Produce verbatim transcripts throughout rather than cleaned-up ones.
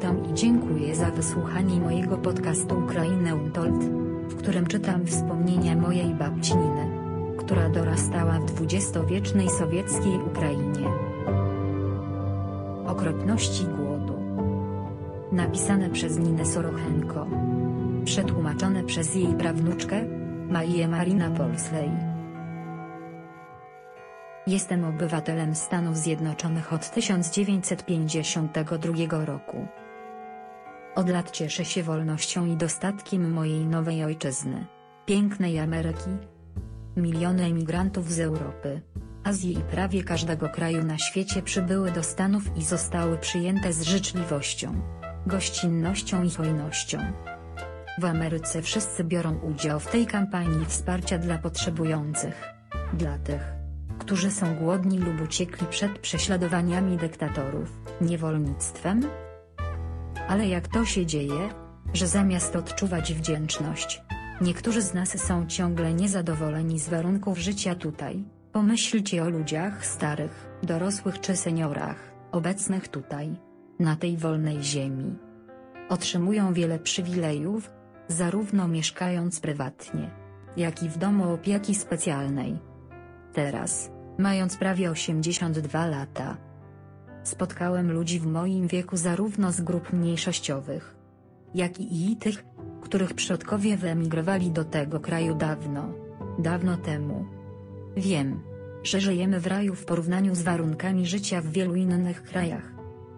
Witam i dziękuję za wysłuchanie mojego podcastu Ukrainę Untold, w którym czytam wspomnienia mojej babci Niny, która dorastała w dwudziestowiecznej sowieckiej Ukrainie. Okropności głodu. Napisane przez Ninę Sorochenko. Przetłumaczone przez jej prawnuczkę, Marię Marina Polsley. Jestem obywatelem Stanów Zjednoczonych od tysiąc dziewięćset pięćdziesiątego drugiego roku. Od lat cieszę się wolnością i dostatkiem mojej nowej ojczyzny, pięknej Ameryki. Miliony emigrantów z Europy, Azji i prawie każdego kraju na świecie przybyły do Stanów i zostały przyjęte z życzliwością, gościnnością i hojnością. W Ameryce wszyscy biorą udział w tej kampanii wsparcia dla potrzebujących, dla tych, którzy są głodni lub uciekli przed prześladowaniami dyktatorów, niewolnictwem. Ale jak to się dzieje, że zamiast odczuwać wdzięczność, niektórzy z nas są ciągle niezadowoleni z warunków życia tutaj? Pomyślcie o ludziach starych, dorosłych czy seniorach, obecnych tutaj, na tej wolnej ziemi. Otrzymują wiele przywilejów, zarówno mieszkając prywatnie, jak i w domu opieki specjalnej. Teraz, mając prawie osiemdziesiąt dwa lata, spotkałem ludzi w moim wieku zarówno z grup mniejszościowych, jak i tych, których przodkowie wyemigrowali do tego kraju dawno, dawno temu. Wiem, że żyjemy w raju w porównaniu z warunkami życia w wielu innych krajach.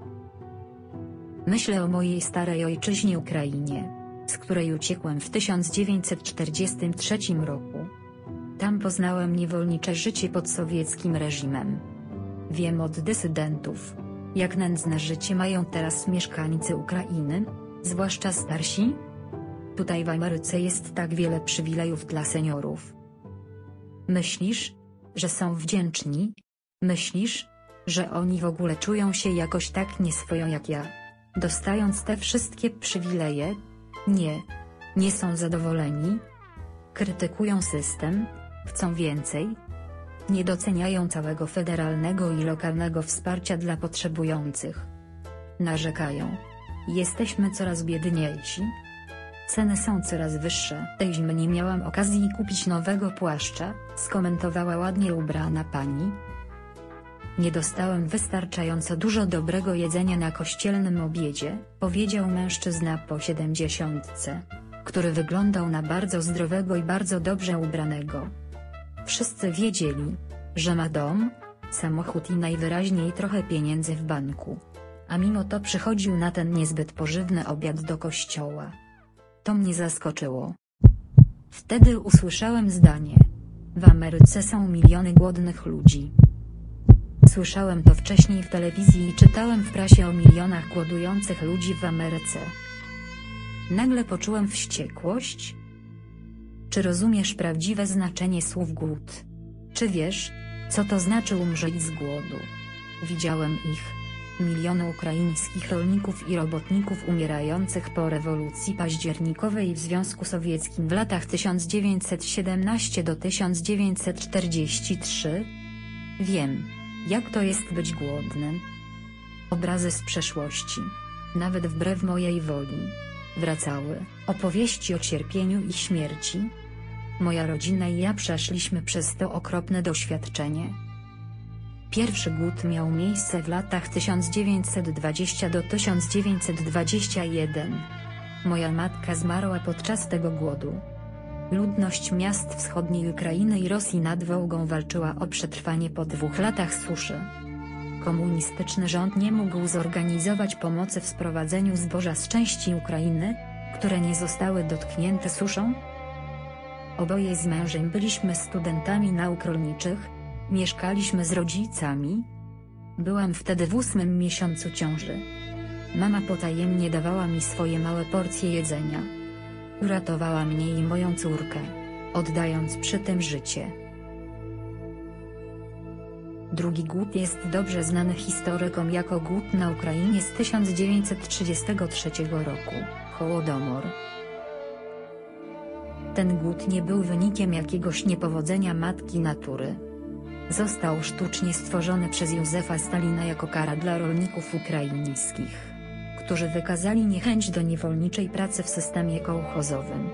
Myślę o mojej starej ojczyźnie Ukrainie, z której uciekłem w tysiąc dziewięćset czterdziestym trzecim roku. Tam poznałem niewolnicze życie pod sowieckim reżimem. Wiem od dysydentów, jak nędzne życie mają teraz mieszkańcy Ukrainy, zwłaszcza starsi. Tutaj w Ameryce jest tak wiele przywilejów dla seniorów. Myślisz, że są wdzięczni? Myślisz, że oni w ogóle czują się jakoś tak nieswojo jak ja, dostając te wszystkie przywileje? Nie, nie są zadowoleni. Krytykują system, chcą więcej. Nie doceniają całego federalnego i lokalnego wsparcia dla potrzebujących. Narzekają. Jesteśmy coraz biedniejsi. Ceny są coraz wyższe. Tej zimy nie miałam okazji kupić nowego płaszcza, skomentowała ładnie ubrana pani. Nie dostałem wystarczająco dużo dobrego jedzenia na kościelnym obiedzie, powiedział mężczyzna po siedemdziesiątce, który wyglądał na bardzo zdrowego i bardzo dobrze ubranego. Wszyscy wiedzieli, że ma dom, samochód i najwyraźniej trochę pieniędzy w banku. A mimo to przychodził na ten niezbyt pożywny obiad do kościoła. To mnie zaskoczyło. Wtedy usłyszałem zdanie: w Ameryce są miliony głodnych ludzi. Słyszałem to wcześniej w telewizji i czytałem w prasie o milionach głodujących ludzi w Ameryce. Nagle poczułem wściekłość. Czy rozumiesz prawdziwe znaczenie słów głód? Czy wiesz, co to znaczy umrzeć z głodu? Widziałem ich. Miliony ukraińskich rolników i robotników umierających po rewolucji październikowej w Związku Sowieckim w latach tysiąc dziewięćset siedemnastego do tysiąc dziewięćset czterdziestego trzeciego. Wiem, jak to jest być głodnym. Obrazy z przeszłości, nawet wbrew mojej woli, wracały. Opowieści o cierpieniu i śmierci. Moja rodzina i ja przeszliśmy przez to okropne doświadczenie. Pierwszy głód miał miejsce w latach tysiąc dziewięćset dwudziestego do tysiąc dziewięćset dwudziestego pierwszego. Moja matka zmarła podczas tego głodu. Ludność miast wschodniej Ukrainy i Rosji nad Wołgą walczyła o przetrwanie po dwóch latach suszy. Komunistyczny rząd nie mógł zorganizować pomocy w sprowadzeniu zboża z części Ukrainy, które nie zostały dotknięte suszą. Oboje z mężem byliśmy studentami nauk rolniczych, mieszkaliśmy z rodzicami. Byłam wtedy w ósmym miesiącu ciąży. Mama potajemnie dawała mi swoje małe porcje jedzenia. Uratowała mnie i moją córkę, oddając przy tym życie. Drugi głód jest dobrze znany historykom jako głód na Ukrainie z tysiąc dziewięćset trzydziestego trzeciego roku, Hołodomor. Ten głód nie był wynikiem jakiegoś niepowodzenia matki natury. Został sztucznie stworzony przez Józefa Stalina jako kara dla rolników ukraińskich, którzy wykazali niechęć do niewolniczej pracy w systemie kołchozowym.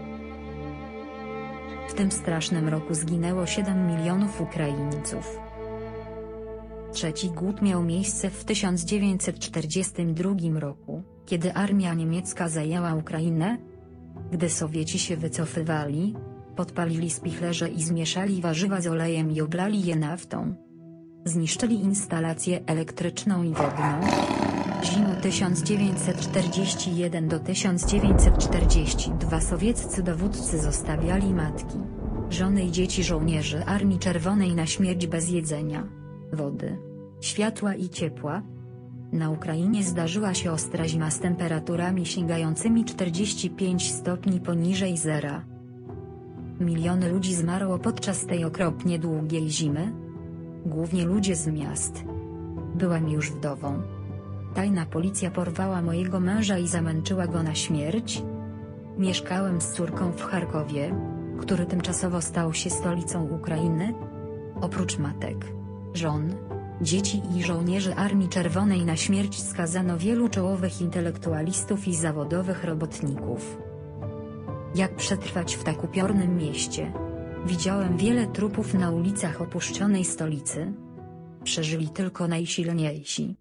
W tym strasznym roku zginęło siedem milionów Ukraińców. Trzeci głód miał miejsce w tysiąc dziewięćset czterdziestym drugim roku, kiedy armia niemiecka zajęła Ukrainę. Gdy Sowieci się wycofywali, podpalili spichlerze i zmieszali warzywa z olejem i oblali je naftą. Zniszczyli instalację elektryczną i wodną. Zimą tysiąc dziewięćset czterdziesty pierwszy do tysiąc dziewięćset czterdziestego drugiego sowieccy dowódcy zostawiali matki, żony i dzieci żołnierzy Armii Czerwonej na śmierć bez jedzenia, wody, światła i ciepła. Na Ukrainie zdarzyła się ostra zima z temperaturami sięgającymi czterdzieści pięć stopni poniżej zera. Miliony ludzi zmarło podczas tej okropnie długiej zimy. Głównie ludzie z miast. Byłam już wdową. Tajna policja porwała mojego męża i zamęczyła go na śmierć. Mieszkałem z córką w Charkowie, który tymczasowo stał się stolicą Ukrainy. Oprócz matek, żon, dzieci i żołnierzy Armii Czerwonej na śmierć skazano wielu czołowych intelektualistów i zawodowych robotników. Jak przetrwać w tak upiornym mieście? Widziałem wiele trupów na ulicach opuszczonej stolicy. Przeżyli tylko najsilniejsi.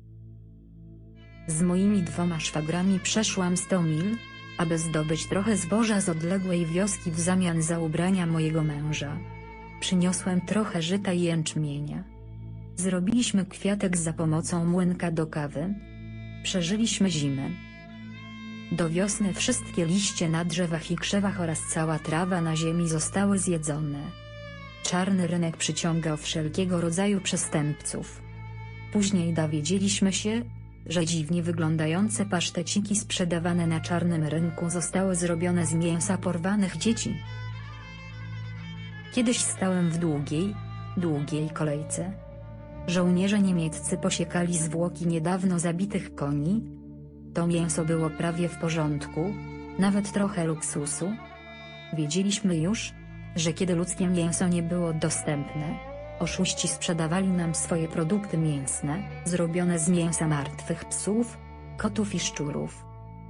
Z moimi dwoma szwagrami przeszłam sto mil, aby zdobyć trochę zboża z odległej wioski w zamian za ubrania mojego męża. Przyniosłem trochę żyta i jęczmienia. Zrobiliśmy kwiatek za pomocą młynka do kawy. Przeżyliśmy zimę. Do wiosny wszystkie liście na drzewach i krzewach oraz cała trawa na ziemi zostały zjedzone. Czarny rynek przyciągał wszelkiego rodzaju przestępców. Później dowiedzieliśmy się, że dziwnie wyglądające paszteciki sprzedawane na czarnym rynku zostały zrobione z mięsa porwanych dzieci. Kiedyś stałem w długiej, długiej kolejce. Żołnierze niemieccy posiekali zwłoki niedawno zabitych koni. To mięso było prawie w porządku, nawet trochę luksusu. Wiedzieliśmy już, że kiedy ludzkie mięso nie było dostępne, oszuści sprzedawali nam swoje produkty mięsne, zrobione z mięsa martwych psów, kotów i szczurów.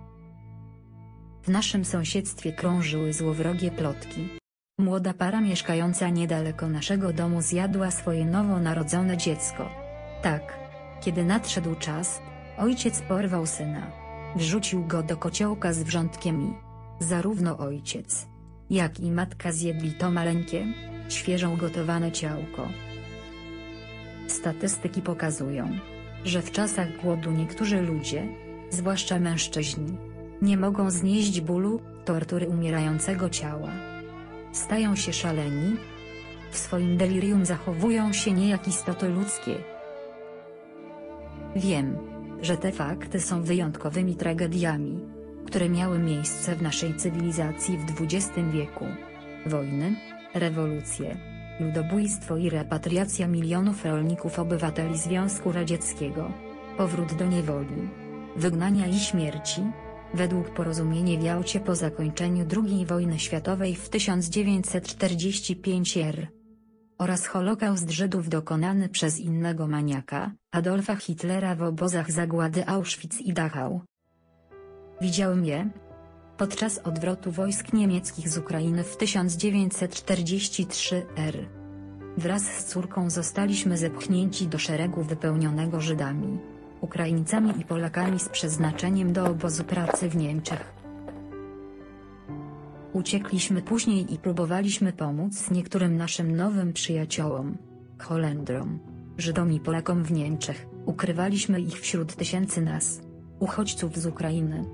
W naszym sąsiedztwie krążyły złowrogie plotki. Młoda para mieszkająca niedaleko naszego domu zjadła swoje nowonarodzone dziecko. Tak, kiedy nadszedł czas, ojciec porwał syna. Wrzucił go do kociołka z wrzątkiem i zarówno ojciec, jak i matka zjedli to maleńkie, świeżo gotowane ciałko. Statystyki pokazują, że w czasach głodu niektórzy ludzie, zwłaszcza mężczyźni, nie mogą znieść bólu, tortury umierającego ciała. Stają się szaleni. W swoim delirium zachowują się nie jak istoty ludzkie. Wiem, że te fakty są wyjątkowymi tragediami, które miały miejsce w naszej cywilizacji w dwudziestym wieku. Wojny, rewolucje, ludobójstwo i repatriacja milionów rolników obywateli Związku Radzieckiego, powrót do niewoli, wygnania i śmierci, według porozumienia w Jałcie po zakończeniu drugiej wojny światowej w tysiąc dziewięćset czterdziestym piątym r. oraz Holokaust Żydów dokonany przez innego maniaka, Adolfa Hitlera w obozach zagłady Auschwitz i Dachau. Widziałem je podczas odwrotu wojsk niemieckich z Ukrainy w tysiąc dziewięćset czterdziestym trzecim r. Wraz z córką zostaliśmy zepchnięci do szeregu wypełnionego Żydami, Ukraińcami i Polakami z przeznaczeniem do obozu pracy w Niemczech. Uciekliśmy później i próbowaliśmy pomóc niektórym naszym nowym przyjaciołom, Holendrom, Żydom i Polakom w Niemczech. Ukrywaliśmy ich wśród tysięcy nas, uchodźców z Ukrainy.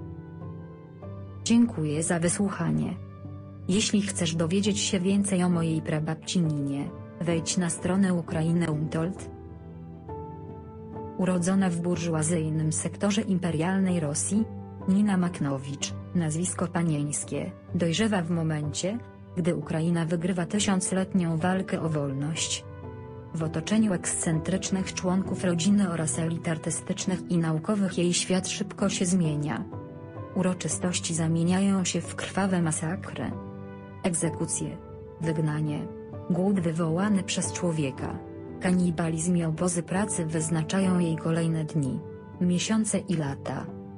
Dziękuję za wysłuchanie. Jeśli chcesz dowiedzieć się więcej o mojej prababci Ninie, wejdź na stronę Ukrainy Untold. Urodzona w burżuazyjnym sektorze imperialnej Rosji, Nina Maknowicz, nazwisko panieńskie, dojrzewa w momencie, gdy Ukraina wygrywa tysiącletnią walkę o wolność. W otoczeniu ekscentrycznych członków rodziny oraz elit artystycznych i naukowych jej świat szybko się zmienia. Uroczystości zamieniają się w krwawe masakry. Egzekucje, wygnanie, głód wywołany przez człowieka, kanibalizm i obozy pracy wyznaczają jej kolejne dni, miesiące i lata.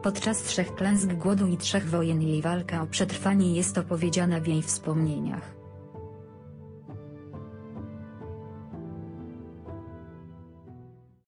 Podczas trzech klęsk głodu i trzech wojen jej walka o przetrwanie jest opowiedziana w jej wspomnieniach.